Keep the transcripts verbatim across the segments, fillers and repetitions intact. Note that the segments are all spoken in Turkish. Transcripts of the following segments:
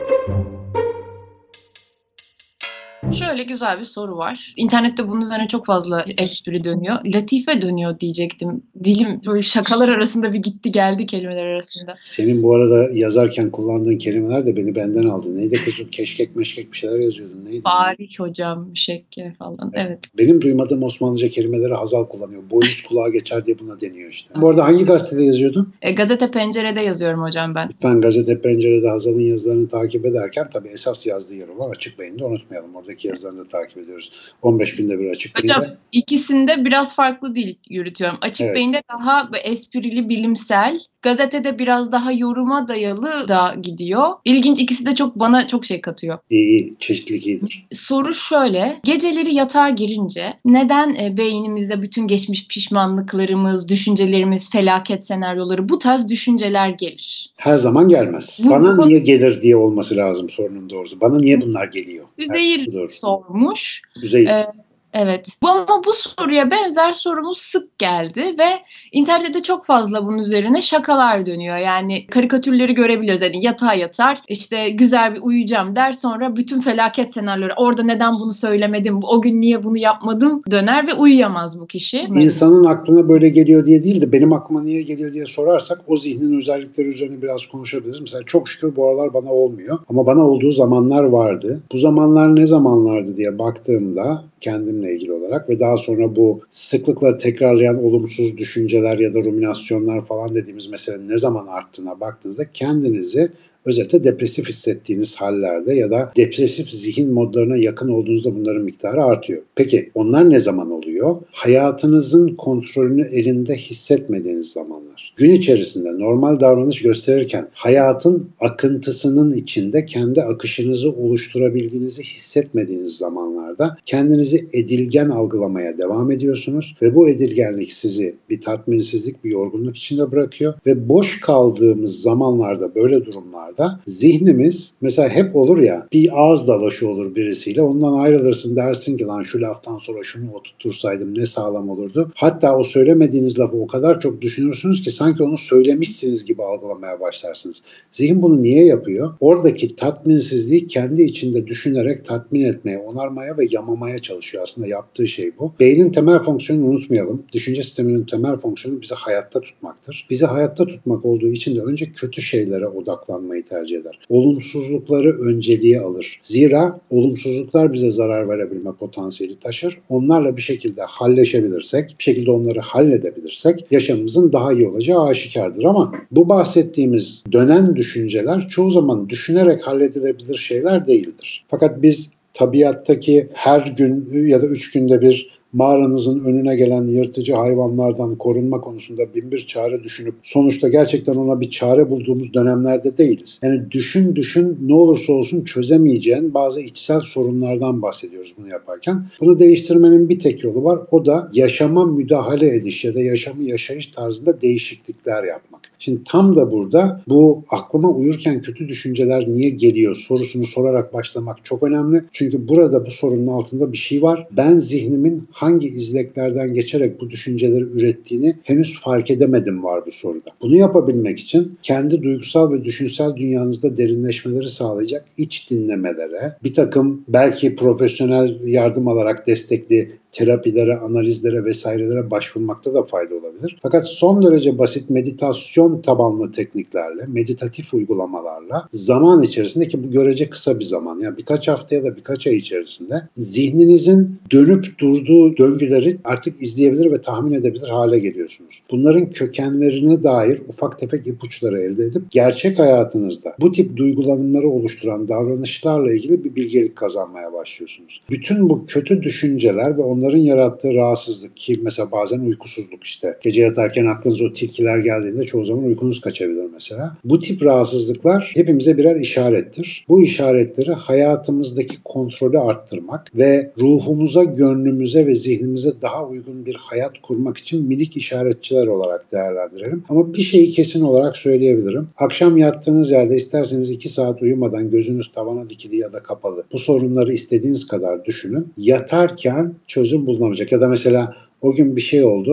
Şöyle güzel bir soru var. İnternette bunun üzerine çok fazla espri dönüyor. Latife dönüyor diyecektim. Dilim böyle şakalar arasında bir gitti geldi kelimeler arasında. Senin bu arada yazarken kullandığın kelimeler de beni benden aldı. Neydi kız o? Keşkek meşkek bir şeyler yazıyordun. Neydi? Tarih hocam, müşekke falan. Evet. Benim duymadığım Osmanlıca kelimeleri Hazal kullanıyor. Boynuz kulağa geçer diye buna deniyor işte. Bu arada hangi gazetede yazıyordun? E, Gazete Pencere'de yazıyorum hocam ben. Lütfen Gazete Pencere'de Hazal'ın yazılarını takip ederken tabii esas yazdığı yer olan Açık Beyin'i de unutmayalım. Oradaki yazılarını da takip ediyoruz. on beş günde bir Açık Beyin'de. Hocam ikisinde biraz farklı dil yürütüyorum. Açık Evet. Beyin'de daha esprili, bilimsel. Gazetede biraz daha yoruma dayalı da gidiyor. İlginç, ikisi de çok bana çok şey katıyor. İyi, iyi. Çeşitlilik iyidir. Soru şöyle. Geceleri yatağa girince neden e, beynimizde bütün geçmiş pişmanlıklarımız, düşüncelerimiz, felaket senaryoları, bu tarz düşünceler gelir? Her zaman gelmez. Bu- Bana bu- niye gelir diye olması lazım sorunun doğrusu. Bana niye bunlar geliyor? Üzeyir Evet, bu doğru. sormuş. Üzeyir. Ee, Evet. Bu ama bu soruya benzer sorumuz sık geldi ve internette çok fazla bunun üzerine şakalar dönüyor. Yani karikatürleri görebiliyoruz. Yani yatağa yatar, işte güzel bir uyuyacağım der, sonra bütün felaket senaryoları, orada neden bunu söylemedim, o gün niye bunu yapmadım döner ve uyuyamaz bu kişi. İnsanın aklına böyle geliyor diye değil de benim aklıma niye geliyor diye sorarsak o zihnin özellikleri üzerine biraz konuşabiliriz. Mesela çok şükür bu aralar bana olmuyor ama bana olduğu zamanlar vardı. Bu zamanlar ne zamanlardı diye baktığımda kendimle ilgili olarak ve daha sonra bu sıklıkla tekrarlayan olumsuz düşünceler ya da ruminasyonlar falan dediğimiz mesele ne zaman arttığına baktığınızda kendinizi özellikle depresif hissettiğiniz hallerde ya da depresif zihin modlarına yakın olduğunuzda bunların miktarı artıyor. Peki onlar ne zaman oluyor? Hayatınızın kontrolünü elinde hissetmediğiniz zamanlar. Gün içerisinde normal davranış gösterirken hayatın akıntısının içinde kendi akışınızı oluşturabildiğinizi hissetmediğiniz zamanlarda kendinizi edilgen algılamaya devam ediyorsunuz ve bu edilgenlik sizi bir tatminsizlik, bir yorgunluk içinde bırakıyor ve boş kaldığımız zamanlarda böyle durumlar da zihnimiz mesela hep olur ya bir ağız dalaşı olur birisiyle ondan ayrılırsın dersin ki lan şu laftan sonra şunu oturtursaydım ne sağlam olurdu. Hatta o söylemediğiniz lafı o kadar çok düşünürsünüz ki sanki onu söylemişsiniz gibi algılamaya başlarsınız. Zihin bunu niye yapıyor? Oradaki tatminsizliği kendi içinde düşünerek tatmin etmeye, onarmaya ve yamamaya çalışıyor. Aslında yaptığı şey bu. Beynin temel fonksiyonunu unutmayalım. Düşünce sisteminin temel fonksiyonu bizi hayatta tutmaktır. Bizi hayatta tutmak olduğu için de önce kötü şeylere odaklanmayı tercih eder. Olumsuzlukları önceliğe alır. Zira olumsuzluklar bize zarar verebilme potansiyeli taşır. Onlarla bir şekilde halleşebilirsek, bir şekilde onları halledebilirsek yaşamımızın daha iyi olacağı aşikardır. Ama bu bahsettiğimiz dönen düşünceler çoğu zaman düşünerek halledilebilir şeyler değildir. Fakat biz tabiattaki her gün ya da üç günde bir mağaranızın önüne gelen yırtıcı hayvanlardan korunma konusunda bin bir çare düşünüp sonuçta gerçekten ona bir çare bulduğumuz dönemlerde değiliz. Yani düşün düşün ne olursa olsun çözemeyeceğin bazı içsel sorunlardan bahsediyoruz bunu yaparken. Bunu değiştirmenin bir tek yolu var. O da yaşama müdahale ediş ya da yaşamı yaşayış tarzında değişiklikler yapmak. Şimdi tam da burada bu aklıma uyurken kötü düşünceler niye geliyor sorusunu sorarak başlamak çok önemli. Çünkü burada bu sorunun altında bir şey var. Ben zihnimin hangi izleklerden geçerek bu düşünceleri ürettiğini henüz fark edemedim var bu soruda. Bunu yapabilmek için kendi duygusal ve düşünsel dünyanızda derinleşmeleri sağlayacak iç dinlemelere, bir takım belki profesyonel yardım alarak destekli terapilere, analizlere vesairelere başvurmakta da fayda olabilir. Fakat son derece basit meditasyon tabanlı tekniklerle, meditatif uygulamalarla zaman içerisinde ki bu görece kısa bir zaman yani birkaç hafta ya da birkaç ay içerisinde zihninizin dönüp durduğu döngüleri artık izleyebilir ve tahmin edebilir hale geliyorsunuz. Bunların kökenlerine dair ufak tefek ipuçları elde edip gerçek hayatınızda bu tip duygulanımları oluşturan davranışlarla ilgili bir bilgelik kazanmaya başlıyorsunuz. Bütün bu kötü düşünceler ve onların yarattığı rahatsızlık ki mesela bazen uykusuzluk işte. Gece yatarken aklınıza o tilkiler geldiğinde çoğu zaman uykunuz kaçabilir mesela. Bu tip rahatsızlıklar hepimize birer işarettir. Bu işaretleri hayatımızdaki kontrolü arttırmak ve ruhumuza, gönlümüze ve zihnimize daha uygun bir hayat kurmak için minik işaretçiler olarak değerlendirelim. Ama bir şeyi kesin olarak söyleyebilirim. Akşam yattığınız yerde isterseniz iki saat uyumadan gözünüz tavana dikili ya da kapalı. Bu sorunları istediğiniz kadar düşünün. Yatarken çözüm bulunamayacak. Ya da mesela o gün bir şey oldu.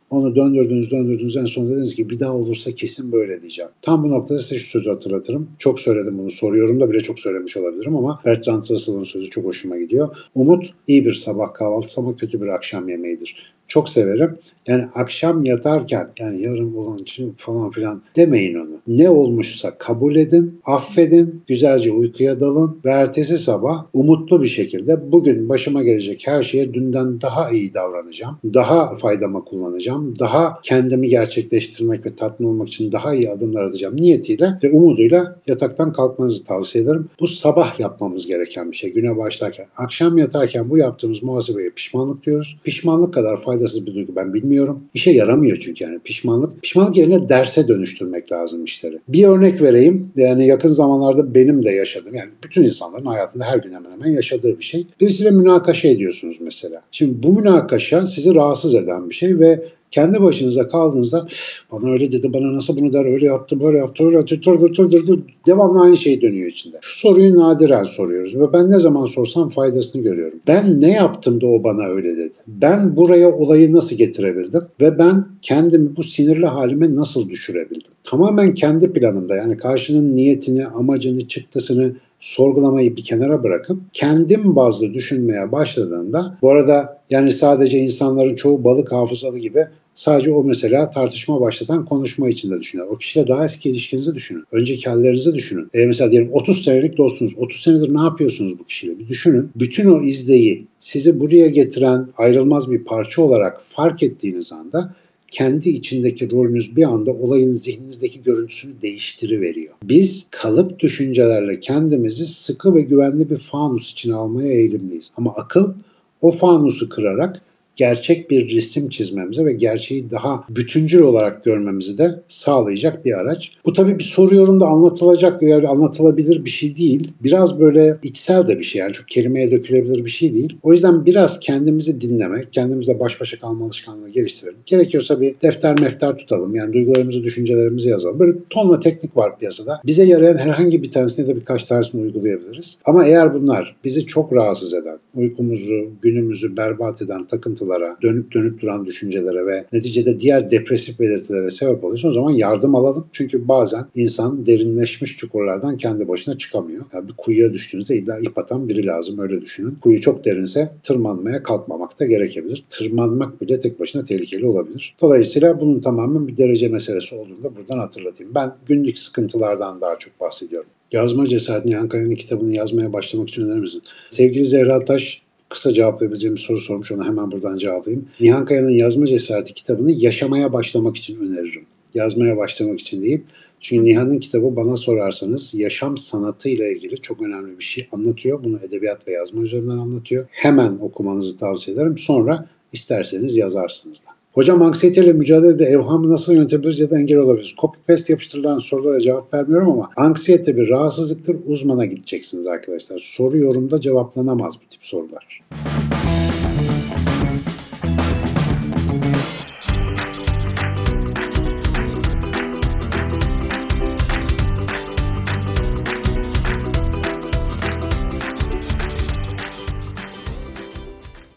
Onu döndürdünüz döndürdünüz en son dediniz ki bir daha olursa kesin böyle diyeceğim. Tam bu noktada size şu sözü hatırlatırım. Çok söyledim bunu, soruyorum da bile çok söylemiş olabilirim ama Bertrand Russell'ın sözü çok hoşuma gidiyor. Umut iyi bir sabah kahvaltısı ama kötü bir akşam yemeğidir. Çok severim. Yani akşam yatarken yani yarın olan için falan filan demeyin onu. Ne olmuşsa kabul edin, affedin, güzelce uykuya dalın ve ertesi sabah umutlu bir şekilde bugün başıma gelecek her şeye dünden daha iyi davranacağım. Daha faydama kullanacağım. Daha kendimi gerçekleştirmek ve tatmin olmak için daha iyi adımlar atacağım niyetiyle ve umuduyla yataktan kalkmanızı tavsiye ederim. Bu sabah yapmamız gereken bir şey. Güne başlarken. Akşam yatarken bu yaptığımız muhasebeye pişmanlık diyoruz. Pişmanlık kadar faydasız bir duygu ben bilmiyorum. İşe yaramıyor çünkü yani pişmanlık. Pişmanlık yerine derse dönüştürmek lazım işleri. Bir örnek vereyim. Yani yakın zamanlarda benim de yaşadığım, yani bütün insanların hayatında her gün hemen hemen yaşadığı bir şey. Birisiyle münakaşa ediyorsunuz mesela. Şimdi bu münakaşa sizi rahatsız eden bir şey ve kendi başınıza kaldığınızda bana öyle dedi, bana nasıl bunu der, öyle yaptı, böyle yaptı, öyle yaptı, devamlı aynı şey dönüyor içinde. Şu soruyu nadiren soruyoruz ve ben ne zaman sorsam faydasını görüyorum. Ben ne yaptım da o bana öyle dedi? Ben buraya olayı nasıl getirebildim? Ve ben kendimi bu sinirli halime nasıl düşürebildim? Tamamen kendi planımda, yani karşının niyetini, amacını, çıktısını sorgulamayı bir kenara bırakıp kendim bazlı düşünmeye başladığımda, bu arada yani sadece insanların çoğu balık hafızalı gibi sadece o mesela tartışma başlatan konuşma içinde düşünüyor. O kişiyle daha eski ilişkinizi düşünün. Önceki hallerinizi düşünün. E mesela diyelim otuz senelik dostunuz. otuz senedir ne yapıyorsunuz bu kişiyle? Bir düşünün. Bütün o izleyi sizi buraya getiren ayrılmaz bir parça olarak fark ettiğiniz anda kendi içindeki rolünüz bir anda olayın zihninizdeki görüntüsünü değiştiriveriyor. Biz kalıp düşüncelerle kendimizi sıkı ve güvenli bir fanus içine almaya eğilimliyiz. Ama akıl o fanusu kırarak gerçek bir resim çizmemize ve gerçeği daha bütüncül olarak görmemizi de sağlayacak bir araç. Bu tabii bir soru yorumda anlatılacak veya anlatılabilir bir şey değil. Biraz böyle içsel de bir şey, yani çok kelimeye dökülebilir bir şey değil. O yüzden biraz kendimizi dinlemek, kendimizle baş başa kalma alışkanlığı geliştirelim. Gerekiyorsa bir defter mefter tutalım. Yani duygularımızı, düşüncelerimizi yazalım. Böyle tonla teknik var piyasada. Bize yarayan herhangi bir tanesini de birkaç tanesini uygulayabiliriz. Ama eğer bunlar bizi çok rahatsız eden, uykumuzu, günümüzü berbat eden takıntılar, dönüp dönüp duran düşüncelere ve neticede diğer depresif belirtilere sebep oluyorsa o zaman yardım alalım. Çünkü bazen insan derinleşmiş çukurlardan kendi başına çıkamıyor. Yani bir kuyuya düştüğünüzde illa ip atan biri lazım, öyle düşünün. Kuyu çok derinse tırmanmaya kalkmamak da gerekebilir. Tırmanmak bile tek başına tehlikeli olabilir. Dolayısıyla bunun tamamen bir derece meselesi olduğunu da buradan hatırlatayım. Ben günlük sıkıntılardan daha çok bahsediyorum. Yazma Cesareti, Nihan Kaya'nın kitabını yazmaya başlamak için önerir misin? Sevgili Zehra Taş kısa cevaplayabileceğim bir soru sormuş. Ona hemen buradan cevaplayayım. Nihan Kaya'nın Yazma Cesareti kitabını yaşamaya başlamak için öneririm. Yazmaya başlamak için değil. Çünkü Nihan'ın kitabı bana sorarsanız yaşam sanatıyla ilgili çok önemli bir şey anlatıyor. Bunu edebiyat ve yazma üzerinden anlatıyor. Hemen okumanızı tavsiye ederim. Sonra isterseniz yazarsınız da. Hocam anksiyeteyle mücadelede evhamı nasıl yönetebiliriz ya da engel olabiliriz? Copy paste yapıştırılan sorulara cevap vermiyorum ama anksiyete bir rahatsızlıktır. Uzmana gideceksiniz arkadaşlar. Soru yorumda cevaplanamaz bu tip sorular.